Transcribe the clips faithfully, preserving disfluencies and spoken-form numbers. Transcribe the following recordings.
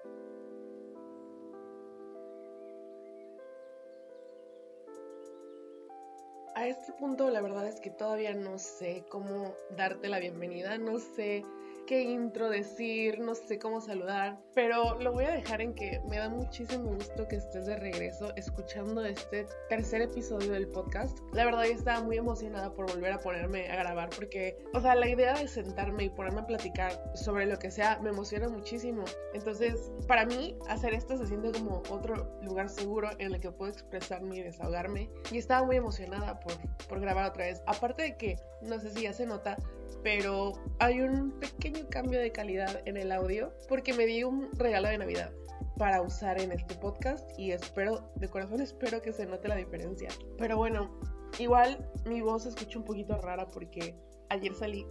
A este punto la verdad es que todavía no sé cómo darte la bienvenida, no sé qué intro decir, no sé cómo saludar, pero lo voy a dejar en que me da muchísimo gusto que estés de regreso escuchando este tercer episodio del podcast. La verdad yo estaba muy emocionada por volver a ponerme a grabar porque, o sea, la idea de sentarme y ponerme a platicar sobre lo que sea me emociona muchísimo. Entonces, para mí, hacer esto se siente como otro lugar seguro en el que puedo expresarme y desahogarme, y estaba muy emocionada por, por grabar otra vez. Aparte de que, no sé si ya se nota, pero hay un pequeño cambio de calidad en el audio porque me di un regalo de Navidad para usar en este podcast y espero, de corazón espero que se note la diferencia. Pero bueno, igual mi voz se escucha un poquito rara porque ayer salí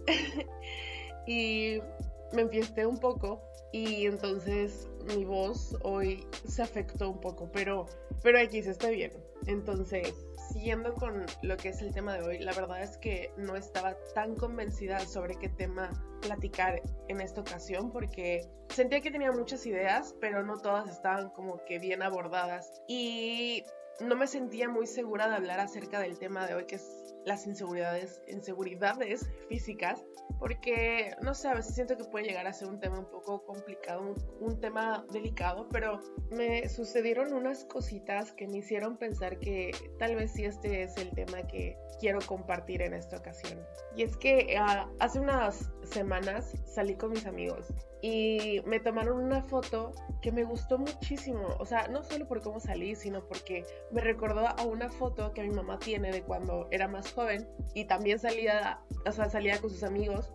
y me enfiesté un poco y entonces mi voz hoy se afectó un poco, pero, pero aquí se está bien. Entonces, siguiendo con lo que es el tema de hoy, la verdad es que no estaba tan convencida sobre qué tema platicar en esta ocasión porque sentía que tenía muchas ideas, pero no todas estaban como que bien abordadas y no me sentía muy segura de hablar acerca del tema de hoy, que es las inseguridades, inseguridades físicas, porque, no sé, a veces siento que puede llegar a ser un tema un poco complicado, un, un tema delicado, pero me sucedieron unas cositas que me hicieron pensar que tal vez sí este es el tema que quiero compartir en esta ocasión. Y es que uh, hace unas semanas salí con mis amigos y me tomaron una foto que me gustó muchísimo, o sea, no solo por cómo salí, sino porque me recordó a una foto que mi mamá tiene de cuando era más joven y también salía, o sea, salía con sus amigos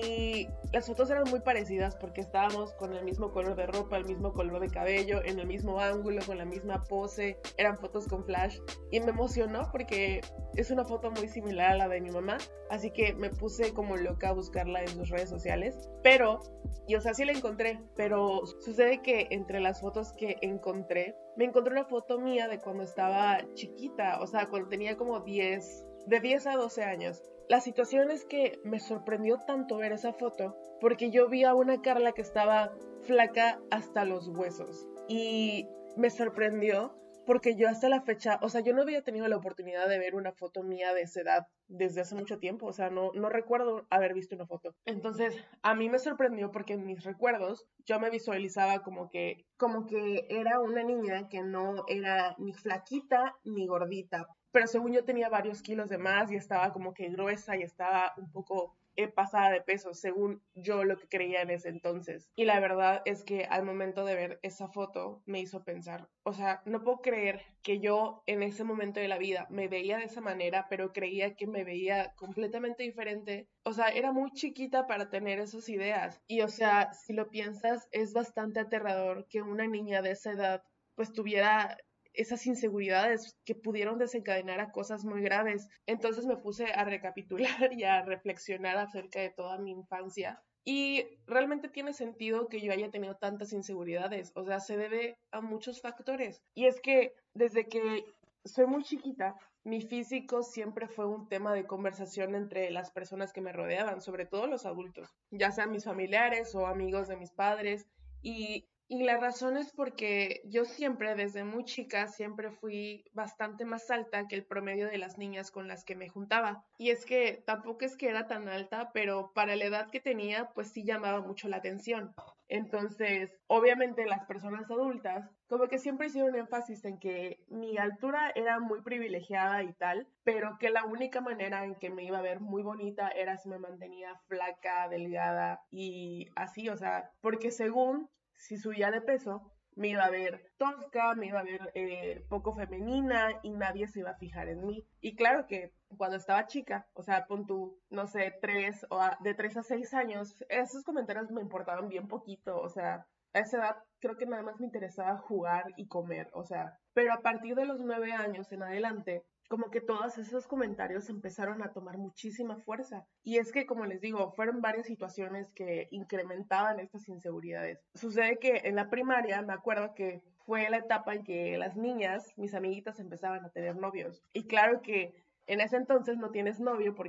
y las fotos eran muy parecidas porque estábamos con el mismo color de ropa, el mismo color de cabello, en el mismo ángulo, con la misma pose, eran fotos con flash y me emocionó porque es una foto muy similar a la de mi mamá, así que me puse como loca a buscarla en sus redes sociales, pero, y o sea, sí la encontré, pero sucede que entre las fotos que encontré, me encontré una foto mía de cuando estaba chiquita, o sea, cuando tenía como diez, de diez a doce años. La situación es que me sorprendió tanto ver esa foto porque yo vi a una Carla que estaba flaca hasta los huesos y me sorprendió porque yo hasta la fecha, o sea, yo no había tenido la oportunidad de ver una foto mía de esa edad desde hace mucho tiempo, o sea, no, no recuerdo haber visto una foto. Entonces, a mí me sorprendió porque en mis recuerdos yo me visualizaba como que, como que era una niña que no era ni flaquita ni gordita, pero según yo tenía varios kilos de más y estaba como que gruesa y estaba un poco eh, pasada de peso, según yo lo que creía en ese entonces. Y la verdad es que al momento de ver esa foto me hizo pensar, o sea, no puedo creer que yo en ese momento de la vida me veía de esa manera, pero creía que me veía completamente diferente. O sea, era muy chiquita para tener esas ideas. Y o sea, si lo piensas, es bastante aterrador que una niña de esa edad pues tuviera esas inseguridades que pudieron desencadenar a cosas muy graves. Entonces me puse a recapitular y a reflexionar acerca de toda mi infancia. Y realmente tiene sentido que yo haya tenido tantas inseguridades. O sea, se debe a muchos factores. Y es que desde que soy muy chiquita, mi físico siempre fue un tema de conversación entre las personas que me rodeaban, sobre todo los adultos, ya sean mis familiares o amigos de mis padres. Y y la razón es porque yo siempre, desde muy chica, siempre fui bastante más alta que el promedio de las niñas con las que me juntaba. Y es que tampoco es que era tan alta, pero para la edad que tenía, pues sí llamaba mucho la atención. Entonces, obviamente las personas adultas, como que siempre hicieron énfasis en que mi altura era muy privilegiada y tal, pero que la única manera en que me iba a ver muy bonita era si me mantenía flaca, delgada y así, o sea, porque según si subía de peso, me iba a ver tosca, me iba a ver eh, poco femenina y nadie se iba a fijar en mí. Y claro que cuando estaba chica, o sea, pon tú, no sé, tres o a, de tres a seis años, esos comentarios me importaban bien poquito, o sea, a esa edad creo que nada más me interesaba jugar y comer, o sea, pero a partir de los nueve años en adelante, como que todos esos comentarios empezaron a tomar muchísima fuerza. Y es que, como les digo, fueron varias situaciones que incrementaban estas inseguridades. Sucede que en la primaria, me acuerdo que fue la etapa en que las niñas, mis amiguitas, empezaban a tener novios. Y claro que en ese entonces no tienes novio porque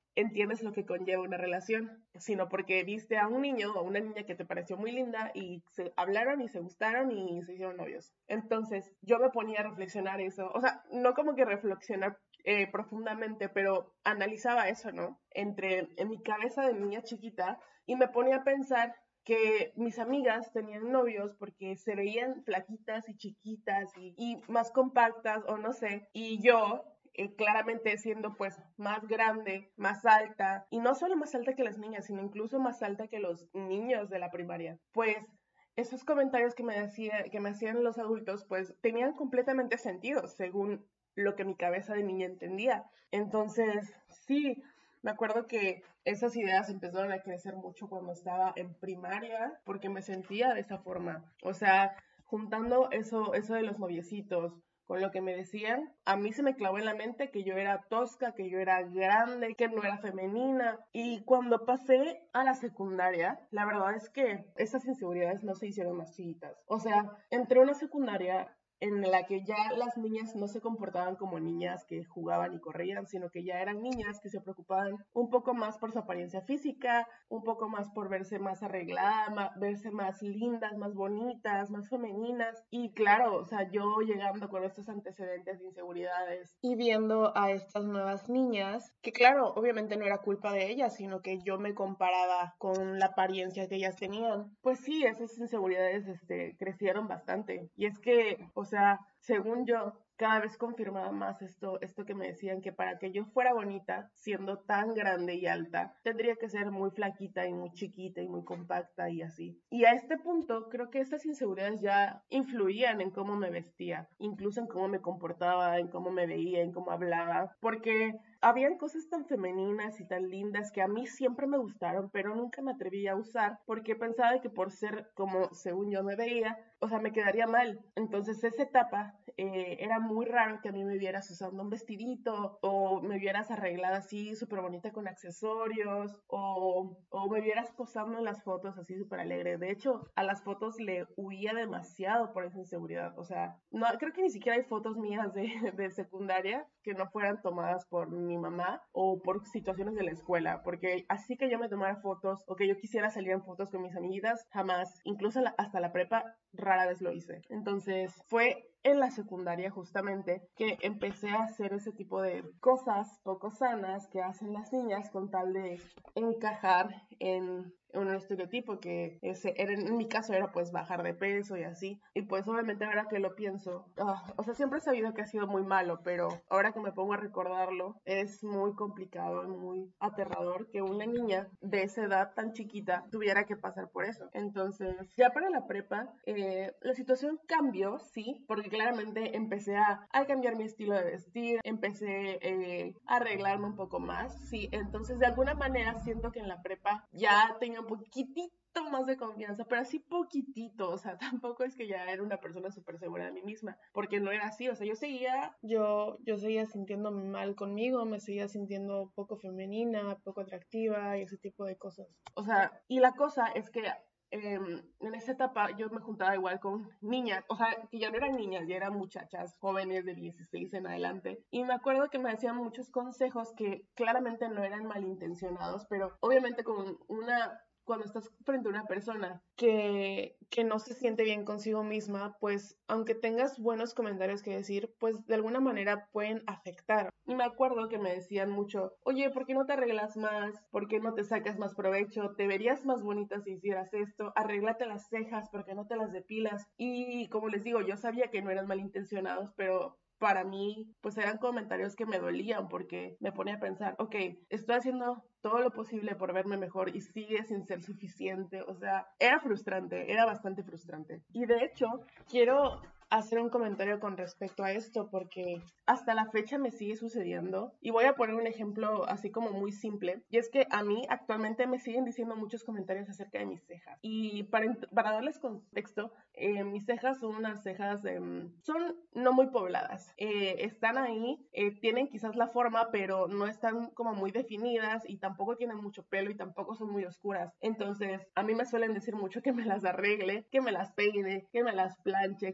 entiendes lo que conlleva una relación, sino porque viste a un niño o una niña que te pareció muy linda y se hablaron y se gustaron y se hicieron novios. Entonces yo me ponía a reflexionar eso, o sea, no como que reflexionar eh, profundamente, pero analizaba eso, ¿no? Entre en mi cabeza de niña chiquita y me ponía a pensar que mis amigas tenían novios porque se veían flaquitas y chiquitas y, y más compactas o no sé, y yo eh, claramente siendo pues más grande, más alta, y no solo más alta que las niñas, sino incluso más alta que los niños de la primaria, pues esos comentarios que me, hacía, que me hacían los adultos pues tenían completamente sentido según lo que mi cabeza de niña entendía. Entonces, sí, me acuerdo que esas ideas empezaron a crecer mucho cuando estaba en primaria porque me sentía de esa forma. O sea, juntando eso, eso de los noviecitos con lo que me decían, a mí se me clavó en la mente que yo era tosca, que yo era grande, que no era femenina. Y cuando pasé a la secundaria, la verdad es que esas inseguridades no se hicieron más chiquitas. O sea, entré a una secundaria en la que ya las niñas no se comportaban como niñas que jugaban y corrían, sino que ya eran niñas que se preocupaban un poco más por su apariencia física, un poco más por verse más arregladas, más, verse más lindas, más bonitas, más femeninas. Y claro, o sea, yo llegando con estos antecedentes de inseguridades y viendo a estas nuevas niñas, que claro, obviamente no era culpa de ellas, sino que yo me comparaba con la apariencia que ellas tenían, pues sí, esas inseguridades este, crecieron bastante. Y es que, o sea, según yo, cada vez confirmaba más esto, esto que me decían, que para que yo fuera bonita, siendo tan grande y alta, tendría que ser muy flaquita y muy chiquita y muy compacta y así. Y a este punto, creo que estas inseguridades ya influían en cómo me vestía, incluso en cómo me comportaba, en cómo me veía, en cómo hablaba, porque habían cosas tan femeninas y tan lindas que a mí siempre me gustaron, pero nunca me atreví a usar porque pensaba que por ser como según yo me veía, o sea, me quedaría mal. Entonces esa etapa eh, era muy raro que a mí me vieras usando un vestidito o me vieras arreglada así súper bonita con accesorios o, o me vieras posando en las fotos así súper alegre. De hecho, a las fotos le huía demasiado por esa inseguridad. O sea, no, creo que ni siquiera hay fotos mías de, de secundaria que no fueran tomadas por mi mamá o por situaciones de la escuela, porque así que yo me tomara fotos o que yo quisiera salir en fotos con mis amigas, jamás, incluso la, hasta la prepa, rara vez lo hice. Entonces fue en la secundaria justamente que empecé a hacer ese tipo de cosas poco sanas que hacen las niñas con tal de encajar en un estereotipo que ese, era, en mi caso era pues bajar de peso y así. Y pues obviamente ahora que lo pienso, uh, o sea, siempre he sabido que ha sido muy malo, pero ahora que me pongo a recordarlo, es muy complicado y muy aterrador que una niña de esa edad tan chiquita tuviera que pasar por eso. Entonces, ya para la prepa, eh, la situación cambió, sí, porque claramente empecé a, a cambiar mi estilo de vestir, empecé eh, a arreglarme un poco más, sí. Entonces, de alguna manera siento que en la prepa ya tenía un poquitito más de confianza, pero así poquitito, o sea, tampoco es que ya era una persona súper segura de mí misma, porque no era así, o sea, yo seguía, yo, yo seguía sintiéndome mal conmigo, me seguía sintiendo poco femenina, poco atractiva y ese tipo de cosas. O sea, y la cosa es que eh, en esa etapa yo me juntaba igual con niñas, o sea, que ya no eran niñas, ya eran muchachas jóvenes de dieciséis en adelante. Y me acuerdo que me hacían muchos consejos que claramente no eran malintencionados, pero obviamente con una cuando estás frente a una persona que, que no se siente bien consigo misma, pues aunque tengas buenos comentarios que decir, pues de alguna manera pueden afectar. Y me acuerdo que me decían mucho, oye, ¿por qué no te arreglas más? ¿Por qué no te sacas más provecho? ¿Te verías más bonita si hicieras esto? Arréglate las cejas, ¿por qué no te las depilas? Y como les digo, yo sabía que no eran malintencionados, pero para mí, pues eran comentarios que me dolían porque me ponía a pensar, ok, estoy haciendo todo lo posible por verme mejor y sigue sin ser suficiente. O sea, era frustrante, era bastante frustrante. Y de hecho, quiero hacer un comentario con respecto a esto porque hasta la fecha me sigue sucediendo y voy a poner un ejemplo así como muy simple y es que a mí actualmente me siguen diciendo muchos comentarios acerca de mis cejas y para, para darles contexto, eh, mis cejas son unas cejas eh, son no muy pobladas, eh, están ahí, eh, tienen quizás la forma pero no están como muy definidas y tampoco tienen mucho pelo y tampoco son muy oscuras. Entonces a mí me suelen decir mucho que me las arregle, que me las peine, que me las planche, que me haga mi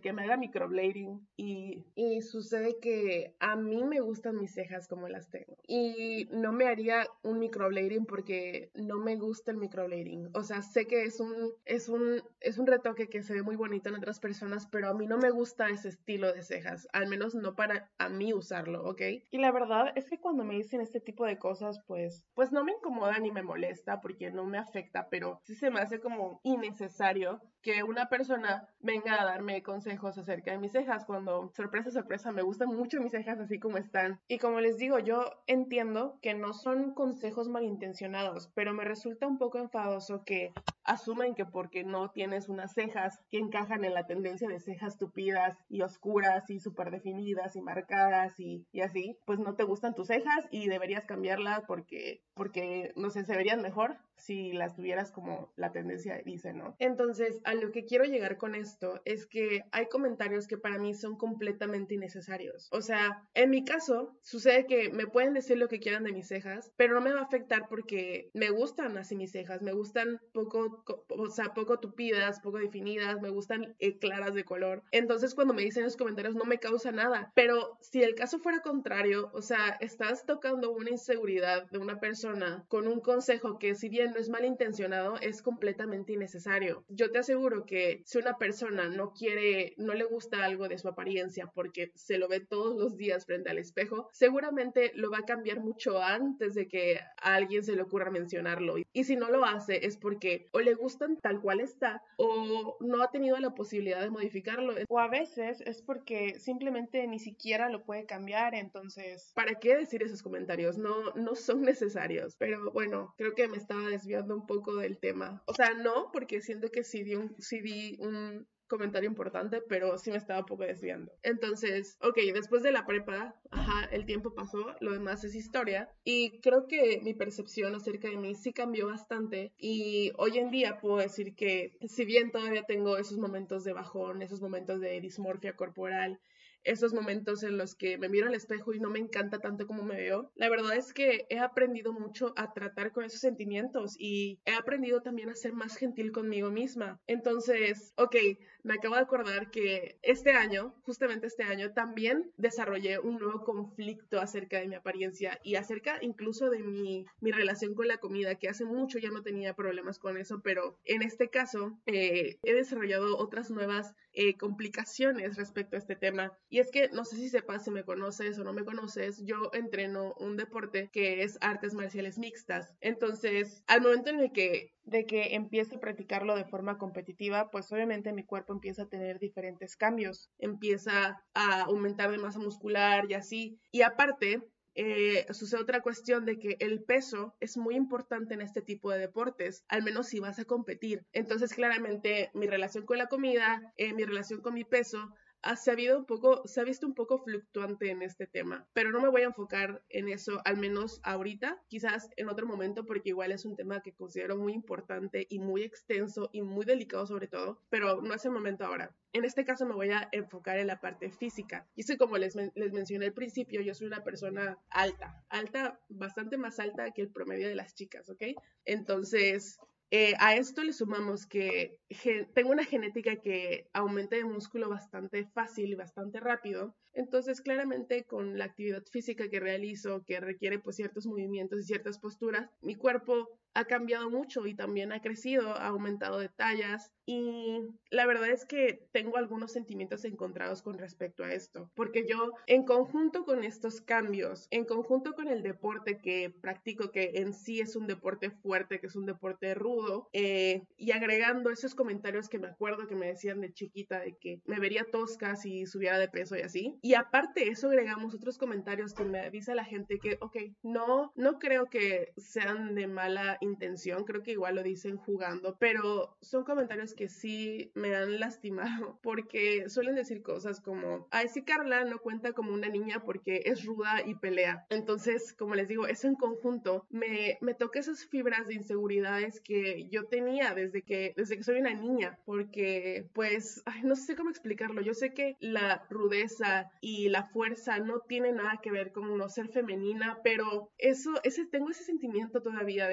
microblading y, y sucede que a mí me gustan mis cejas como las tengo. Y no me haría un microblading porque no me gusta el microblading. O sea, sé que es un, es un, es un retoque que se ve muy bonito en otras personas, pero a mí no me gusta ese estilo de cejas. Al menos no para a mí usarlo, ¿ok? Y la verdad es que cuando me dicen este tipo de cosas, pues, pues no me incomoda ni me molesta porque no me afecta, pero sí se me hace como innecesario que una persona venga a darme consejos acerca de mis cejas cuando, sorpresa, sorpresa, me gustan mucho mis cejas así como están. Y como les digo, yo entiendo que no son consejos malintencionados, pero me resulta un poco enfadoso que asumen que porque no tienes unas cejas que encajan en la tendencia de cejas tupidas y oscuras y súper definidas y marcadas y, y así, pues no te gustan tus cejas y deberías cambiarlas porque, porque, no sé, se verían mejor si las tuvieras como la tendencia dice, ¿no? Entonces, a lo que quiero llegar con esto es que hay comentarios que para mí son completamente innecesarios. O sea, en mi caso, sucede que me pueden decir lo que quieran de mis cejas, pero no me va a afectar porque me gustan así mis cejas, me gustan poco, o sea, poco tupidas, poco definidas, me gustan eh, claras de color. Entonces, cuando me dicen esos comentarios no me causa nada. Pero si el caso fuera contrario, o sea, estás tocando una inseguridad de una persona con un consejo que, si bien no es malintencionado, es completamente innecesario. Yo te aseguro que si una persona no quiere, no le gusta algo de su apariencia porque se lo ve todos los días frente al espejo, seguramente lo va a cambiar mucho antes de que a alguien se le ocurra mencionarlo. Y si no lo hace es porque o le gustan tal cual está o no ha tenido la posibilidad de modificarlo. O a veces es porque simplemente ni siquiera lo puede cambiar. Entonces, ¿para qué decir esos comentarios? No, no son necesarios. Pero bueno, creo que me estaba desviando un poco del tema. O sea, no, porque siento que sí di un, sí di un comentario importante, pero sí me estaba un poco desviando. Entonces, ok, después de la prepa, ajá, el tiempo pasó, lo demás es historia, y creo que mi percepción acerca de mí sí cambió bastante, y hoy en día puedo decir que si bien todavía tengo esos momentos de bajón, esos momentos de dismorfia corporal, esos momentos en los que me miro al espejo y no me encanta tanto como me veo, la verdad es que he aprendido mucho a tratar con esos sentimientos y he aprendido también a ser más gentil conmigo misma. Entonces, ok, me acabo de acordar que este año, justamente este año, también desarrollé un nuevo conflicto acerca de mi apariencia y acerca incluso de mi, mi relación con la comida, que hace mucho ya no tenía problemas con eso, pero en este caso eh, he desarrollado otras nuevas eh, complicaciones respecto a este tema. Y es que no sé si sepas si me conoces o no me conoces, yo entreno un deporte que es artes marciales mixtas. Entonces, al momento en el que de que empiezo a practicarlo de forma competitiva, pues obviamente mi cuerpo empieza a tener diferentes cambios, empieza a aumentar de masa muscular y así. Y aparte, eh, sucede otra cuestión de que el peso es muy importante en este tipo de deportes, al menos si vas a competir. Entonces, claramente, mi relación con la comida, eh, mi relación con mi peso, se ha, habido un poco, se ha visto un poco fluctuante en este tema, pero no me voy a enfocar en eso, al menos ahorita, quizás en otro momento, porque igual es un tema que considero muy importante y muy extenso y muy delicado sobre todo, pero no es el momento ahora. En este caso me voy a enfocar en la parte física. Y es que como les, les mencioné al principio, yo soy una persona alta, alta, bastante más alta que el promedio de las chicas, ¿ok? Entonces, Eh, a esto le sumamos que tengo una genética que aumenta de músculo bastante fácil y bastante rápido. Entonces, claramente, con la actividad física que realizo, que requiere pues ciertos movimientos y ciertas posturas, mi cuerpo ha cambiado mucho y también ha crecido, ha aumentado de tallas. Y la verdad es que tengo algunos sentimientos encontrados con respecto a esto, porque yo, en conjunto con estos cambios, en conjunto con el deporte que practico, que en sí es un deporte fuerte, que es un deporte rudo, eh, y agregando esos comentarios que me acuerdo que me decían de chiquita, de que me vería tosca si subiera de peso y así, y aparte eso agregamos otros comentarios que me avisa la gente que, ok, no, no creo que sean de mala intención, creo que igual lo dicen jugando, pero son comentarios que sí me han lastimado, porque suelen decir cosas como, ay, sí, Carla no cuenta como una niña porque es ruda y pelea. Entonces, como les digo, eso en conjunto me, me toca esas fibras de inseguridades que yo tenía desde que, desde que soy una niña, porque pues, ay, no sé cómo explicarlo. Yo sé que la rudeza y la fuerza no tienen nada que ver con no ser femenina, pero eso, ese, tengo ese sentimiento todavía de, de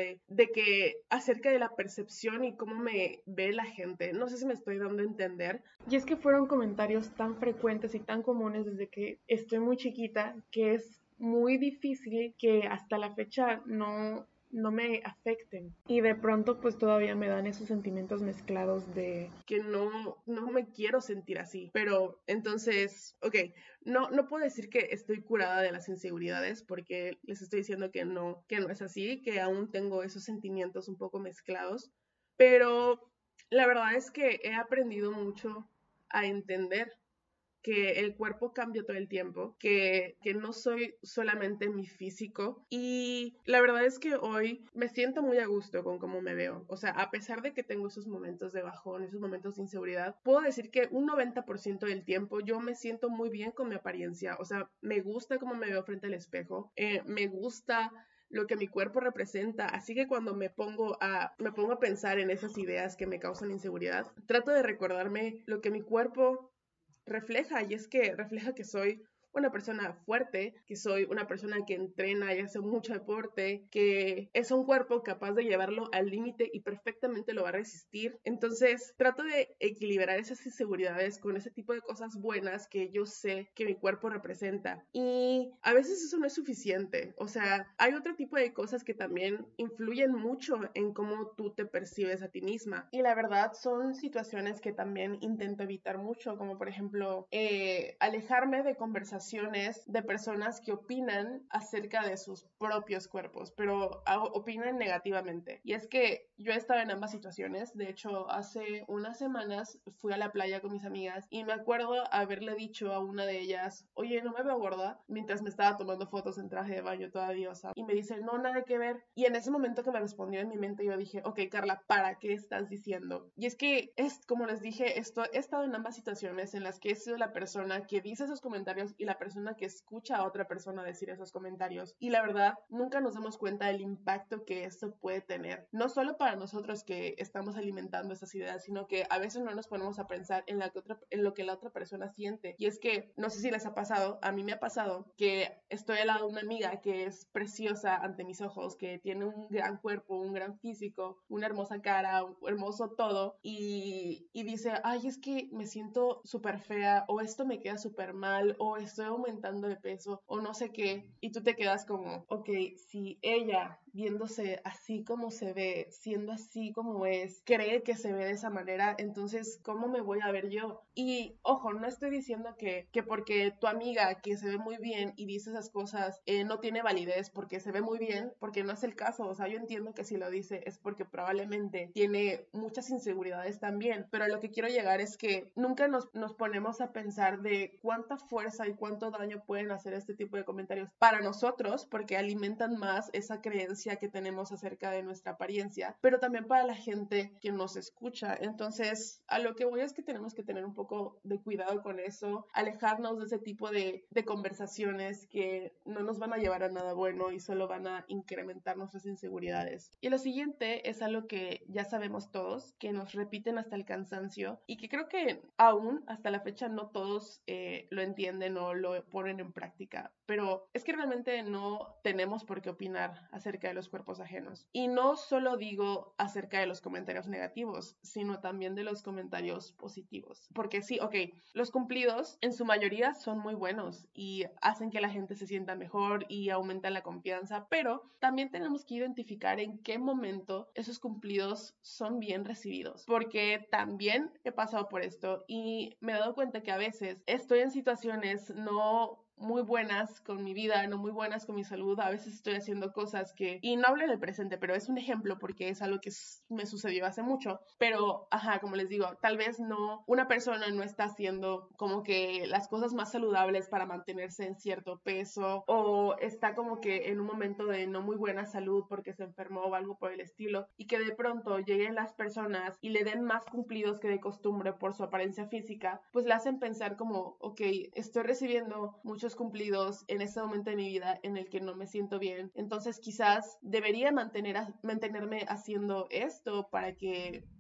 de que acerca de la percepción y cómo me ve la gente. No sé si me estoy dando a entender. Y es que fueron comentarios tan frecuentes y tan comunes desde que estoy muy chiquita que es muy difícil que hasta la fecha no, no me afecten. Y de pronto pues todavía me dan esos sentimientos mezclados de que no, no me quiero sentir así. Pero entonces, ok, no, no puedo decir que estoy curada de las inseguridades porque les estoy diciendo que no, que no es así, que aún tengo esos sentimientos un poco mezclados. Pero la verdad es que he aprendido mucho a entender que el cuerpo cambia todo el tiempo, que, que no soy solamente mi físico y la verdad es que hoy me siento muy a gusto con cómo me veo. O sea, a pesar de que tengo esos momentos de bajón, esos momentos de inseguridad, puedo decir que un noventa por ciento del tiempo yo me siento muy bien con mi apariencia. O sea, me gusta cómo me veo frente al espejo, eh, me gusta lo que mi cuerpo representa, así que cuando me pongo a me pongo a pensar en esas ideas que me causan inseguridad, trato de recordarme lo que mi cuerpo refleja, y es que refleja que soy una persona fuerte, que soy una persona que entrena y hace mucho deporte, que es un cuerpo capaz de llevarlo al límite y perfectamente lo va a resistir. Entonces trato de equilibrar esas inseguridades con ese tipo de cosas buenas que yo sé que mi cuerpo representa. Y a veces eso no es suficiente. O sea, hay otro tipo de cosas que también influyen mucho en cómo tú te percibes a ti misma. Y la verdad son situaciones que también intento evitar mucho, como por ejemplo eh, alejarme de conversaciones de personas que opinan acerca de sus propios cuerpos, pero opinan negativamente. Y es que yo he estado en ambas situaciones. De hecho, hace unas semanas fui a la playa con mis amigas y me acuerdo haberle dicho a una de ellas, oye, no me veo gorda, mientras me estaba tomando fotos en traje de baño toda diosa. Y me dice, no, nada que ver. Y en ese momento que me respondió en mi mente, yo dije, ok, Carla, ¿para qué estás diciendo? Y es que, es como les dije, esto, he estado en ambas situaciones en las que he sido la persona que dice esos comentarios y la persona que escucha a otra persona decir esos comentarios. Y la verdad, nunca nos damos cuenta del impacto que esto puede tener. No solo para nosotros que estamos alimentando esas ideas, sino que a veces no nos ponemos a pensar en, la que otra, en lo que la otra persona siente. Y es que, no sé si les ha pasado, a mí me ha pasado que estoy al lado de una amiga que es preciosa ante mis ojos, que tiene un gran cuerpo, un gran físico, una hermosa cara, un hermoso todo, y, y dice, ay, es que me siento súper fea, o esto me queda súper mal, o estoy aumentando de peso o no sé qué, y tú te quedas como, ok, si ella viéndose así como se ve, siendo así como es, cree que se ve de esa manera, entonces ¿cómo me voy a ver yo? Y ojo, no estoy diciendo que, que porque tu amiga que se ve muy bien y dice esas cosas eh, no tiene validez porque se ve muy bien, porque no es el caso. O sea, yo entiendo que si lo dice es porque probablemente tiene muchas inseguridades también, pero a lo que quiero llegar es que nunca nos, nos ponemos a pensar de cuánta fuerza y cuánto daño pueden hacer este tipo de comentarios para nosotros, porque alimentan más esa creencia que tenemos acerca de nuestra apariencia, pero también para la gente que nos escucha. Entonces, a lo que voy es que tenemos que tener un poco de cuidado con eso, alejarnos de ese tipo de, de conversaciones que no nos van a llevar a nada bueno y solo van a incrementar nuestras inseguridades. Y lo siguiente es algo que ya sabemos todos, que nos repiten hasta el cansancio y que creo que aún hasta la fecha no todos eh, lo entienden o lo ponen en práctica, pero es que realmente no tenemos por qué opinar acerca de los cuerpos ajenos. Y no solo digo acerca de los comentarios negativos, sino también de los comentarios positivos. Porque sí, ok, los cumplidos en su mayoría son muy buenos y hacen que la gente se sienta mejor y aumentan la confianza, pero también tenemos que identificar en qué momento esos cumplidos son bien recibidos. Porque también he pasado por esto y me he dado cuenta que a veces estoy en situaciones no muy buenas con mi vida, no muy buenas con mi salud. A veces estoy haciendo cosas que, y no hablo en el presente, pero es un ejemplo porque es algo que me sucedió hace mucho, pero, ajá, como les digo, tal vez no, una persona no está haciendo como que las cosas más saludables para mantenerse en cierto peso, o está como que en un momento de no muy buena salud porque se enfermó o algo por el estilo, y que de pronto lleguen las personas y le den más cumplidos que de costumbre por su apariencia física, pues le hacen pensar como, ok, estoy recibiendo muchos cumplidos en este momento de mi vida en el que no me siento bien, entonces quizás debería mantener, mantenerme haciendo esto para que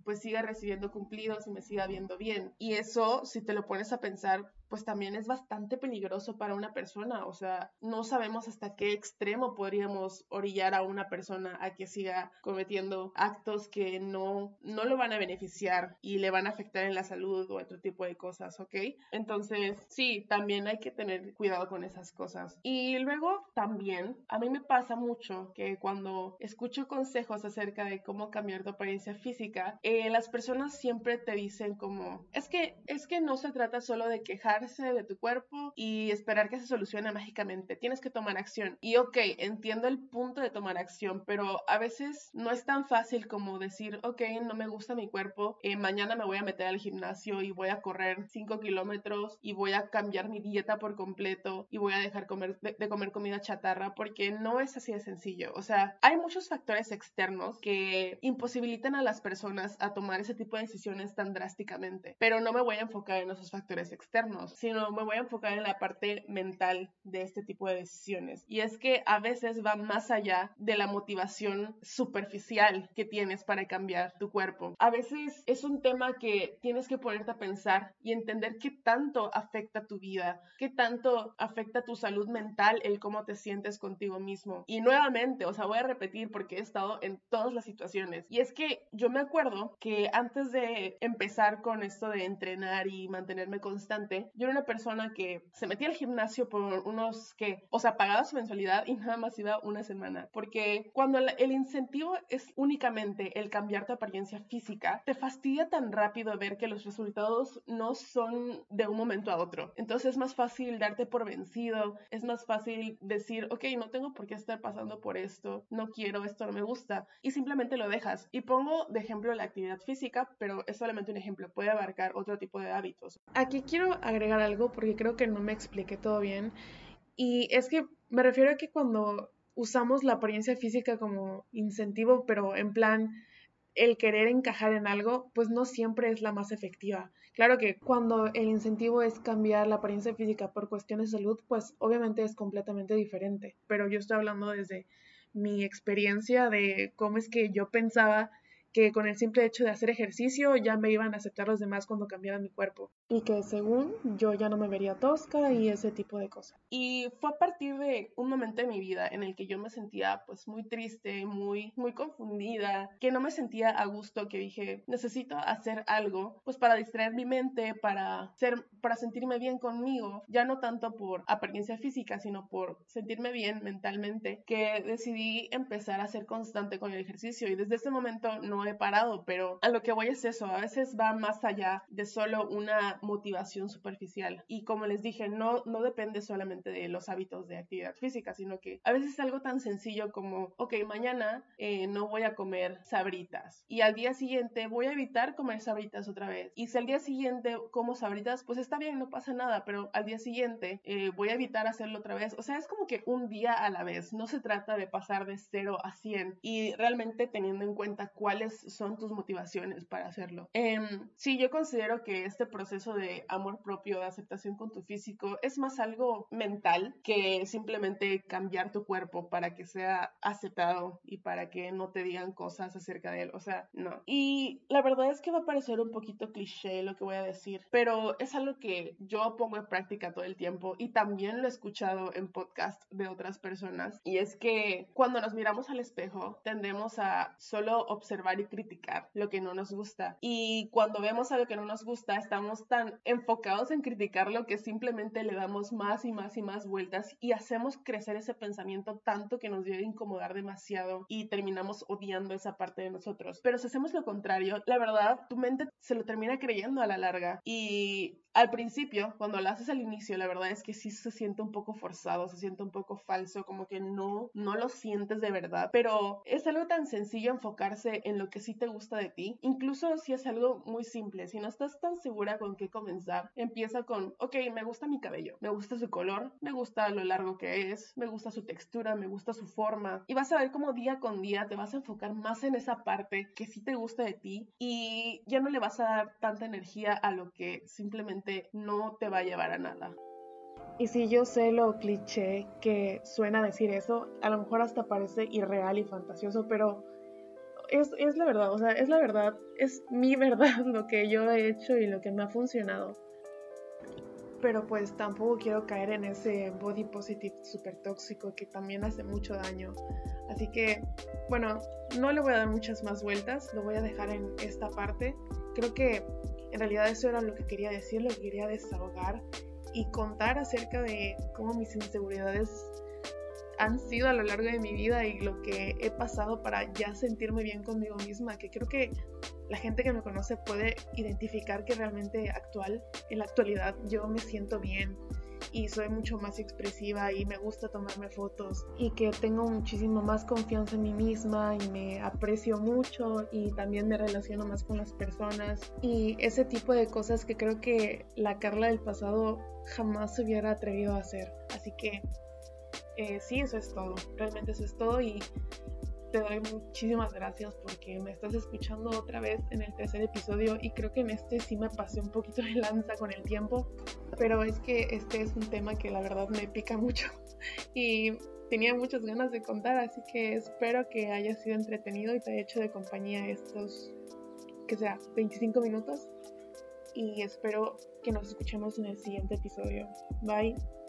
pues siga recibiendo cumplidos y me siga viendo bien. Y eso, si te lo pones a pensar, pues también es bastante peligroso para una persona. O sea, no sabemos hasta qué extremo podríamos orillar a una persona a que siga cometiendo actos que no, no lo van a beneficiar y le van a afectar en la salud o otro tipo de cosas, ¿ok? Entonces, sí, también hay que tener cuidado con esas cosas. Y luego también, a mí me pasa mucho que cuando escucho consejos acerca de cómo cambiar tu apariencia física, eh, las personas siempre te dicen como, es que, es que no se trata solo de quejarse de tu cuerpo y esperar que se solucione mágicamente, tienes que tomar acción. Y ok, entiendo el punto de tomar acción, pero a veces no es tan fácil como decir, ok, no me gusta mi cuerpo, eh, mañana me voy a meter al gimnasio y voy a correr cinco kilómetros y voy a cambiar mi dieta por completo y voy a dejar comer, de, de comer comida chatarra, porque no es así de sencillo. O sea, hay muchos factores externos que imposibilitan a las personas a tomar ese tipo de decisiones tan drásticamente, pero no me voy a enfocar en esos factores externos, sino me voy a enfocar en la parte mental de este tipo de decisiones. Y es que a veces va más allá de la motivación superficial que tienes para cambiar tu cuerpo. A veces es un tema que tienes que ponerte a pensar y entender qué tanto afecta tu vida, qué tanto afecta tu salud mental, el cómo te sientes contigo mismo. Y nuevamente, o sea, voy a repetir porque he estado en todas las situaciones. Y es que yo me acuerdo que antes de empezar con esto de entrenar y mantenerme constante, yo era una persona que se metía al gimnasio por unos que, o sea, pagaba su mensualidad y nada más iba una semana. Porque cuando el incentivo es únicamente el cambiar tu apariencia física, te fastidia tan rápido ver que los resultados no son de un momento a otro. Entonces es más fácil darte por vencido, es más fácil decir, ok, no tengo por qué estar pasando por esto, no quiero, esto no me gusta, y simplemente lo dejas. Y pongo de ejemplo la actividad física, pero es solamente un ejemplo, puede abarcar otro tipo de hábitos. Aquí quiero agregar algo porque creo que no me expliqué todo bien, y es que me refiero a que cuando usamos la apariencia física como incentivo, pero en plan el querer encajar en algo, pues no siempre es la más efectiva. Claro que cuando el incentivo es cambiar la apariencia física por cuestiones de salud, pues obviamente es completamente diferente. Pero yo estoy hablando desde mi experiencia de cómo es que yo pensaba que con el simple hecho de hacer ejercicio ya me iban a aceptar los demás cuando cambiara mi cuerpo y que según yo ya no me vería tosca y ese tipo de cosas. Y fue a partir de un momento de mi vida en el que yo me sentía pues muy triste, muy, muy confundida, que no me sentía a gusto, que dije, necesito hacer algo pues para distraer mi mente, para, ser, para sentirme bien conmigo, ya no tanto por apariencia física, sino por sentirme bien mentalmente, que decidí empezar a ser constante con el ejercicio y desde ese momento no he parado, pero a lo que voy es eso, a veces va más allá de solo una motivación superficial y como les dije, no, no depende solamente de los hábitos de actividad física, sino que a veces es algo tan sencillo como, ok, mañana eh, no voy a comer sabritas y al día siguiente voy a evitar comer sabritas otra vez y si al día siguiente como sabritas, pues está bien, no pasa nada, pero al día siguiente eh, voy a evitar hacerlo otra vez, o sea, es como que un día a la vez, no se trata de pasar de cero a cien y realmente teniendo en cuenta cuáles son tus motivaciones para hacerlo. Eh, sí, yo considero que este proceso de amor propio, de aceptación con tu físico, es más algo mental que simplemente cambiar tu cuerpo para que sea aceptado y para que no te digan cosas acerca de él, o sea, no. Y la verdad es que va a parecer un poquito cliché lo que voy a decir, pero es algo que yo pongo en práctica todo el tiempo y también lo he escuchado en podcast de otras personas, y es que cuando nos miramos al espejo tendemos a solo observar y criticar lo que no nos gusta, y cuando vemos algo que no nos gusta estamos tan enfocados en criticarlo que simplemente le damos más y más y más vueltas y hacemos crecer ese pensamiento tanto que nos debe incomodar demasiado y terminamos odiando esa parte de nosotros. Pero si hacemos lo contrario, la verdad, tu mente se lo termina creyendo a la larga y al principio, cuando lo haces al inicio, la verdad es que sí se siente un poco forzado, se siente un poco falso, como que no, no lo sientes de verdad, pero es algo tan sencillo enfocarse en lo que sí te gusta de ti, incluso si es algo muy simple, si no estás tan segura con qué comenzar, empieza con, ok, me gusta mi cabello, me gusta su color, me gusta lo largo que es, me gusta su textura, me gusta su forma, y vas a ver cómo día con día te vas a enfocar más en esa parte que sí te gusta de ti y ya no le vas a dar tanta energía a lo que simplemente no te va a llevar a nada. Y si yo sé lo cliché que suena decir eso, a lo mejor hasta parece irreal y fantasioso, pero es, es la verdad, o sea, es la verdad, es mi verdad lo que yo he hecho y lo que me ha funcionado. Pero pues tampoco quiero caer en ese body positive súper tóxico que también hace mucho daño. Así que, bueno, no le voy a dar muchas más vueltas, lo voy a dejar en esta parte. Creo que en realidad eso era lo que quería decir, lo que quería desahogar y contar acerca de cómo mis inseguridades han sido a lo largo de mi vida y lo que he pasado para ya sentirme bien conmigo misma, que creo que la gente que me conoce puede identificar que realmente actual, en la actualidad yo me siento bien y soy mucho más expresiva y me gusta tomarme fotos y que tengo muchísimo más confianza en mí misma y me aprecio mucho y también me relaciono más con las personas y ese tipo de cosas que creo que la Carla del pasado jamás se hubiera atrevido a hacer. Así que eh, sí, eso es todo, realmente eso es todo y te doy muchísimas gracias porque me estás escuchando otra vez en el tercer episodio y creo que en este sí me pasé un poquito de lanza con el tiempo, pero es que este es un tema que la verdad me pica mucho y tenía muchas ganas de contar, así que espero que haya sido entretenido y te haya hecho de compañía estos, que sea, veinticinco minutos y espero que nos escuchemos en el siguiente episodio. Bye.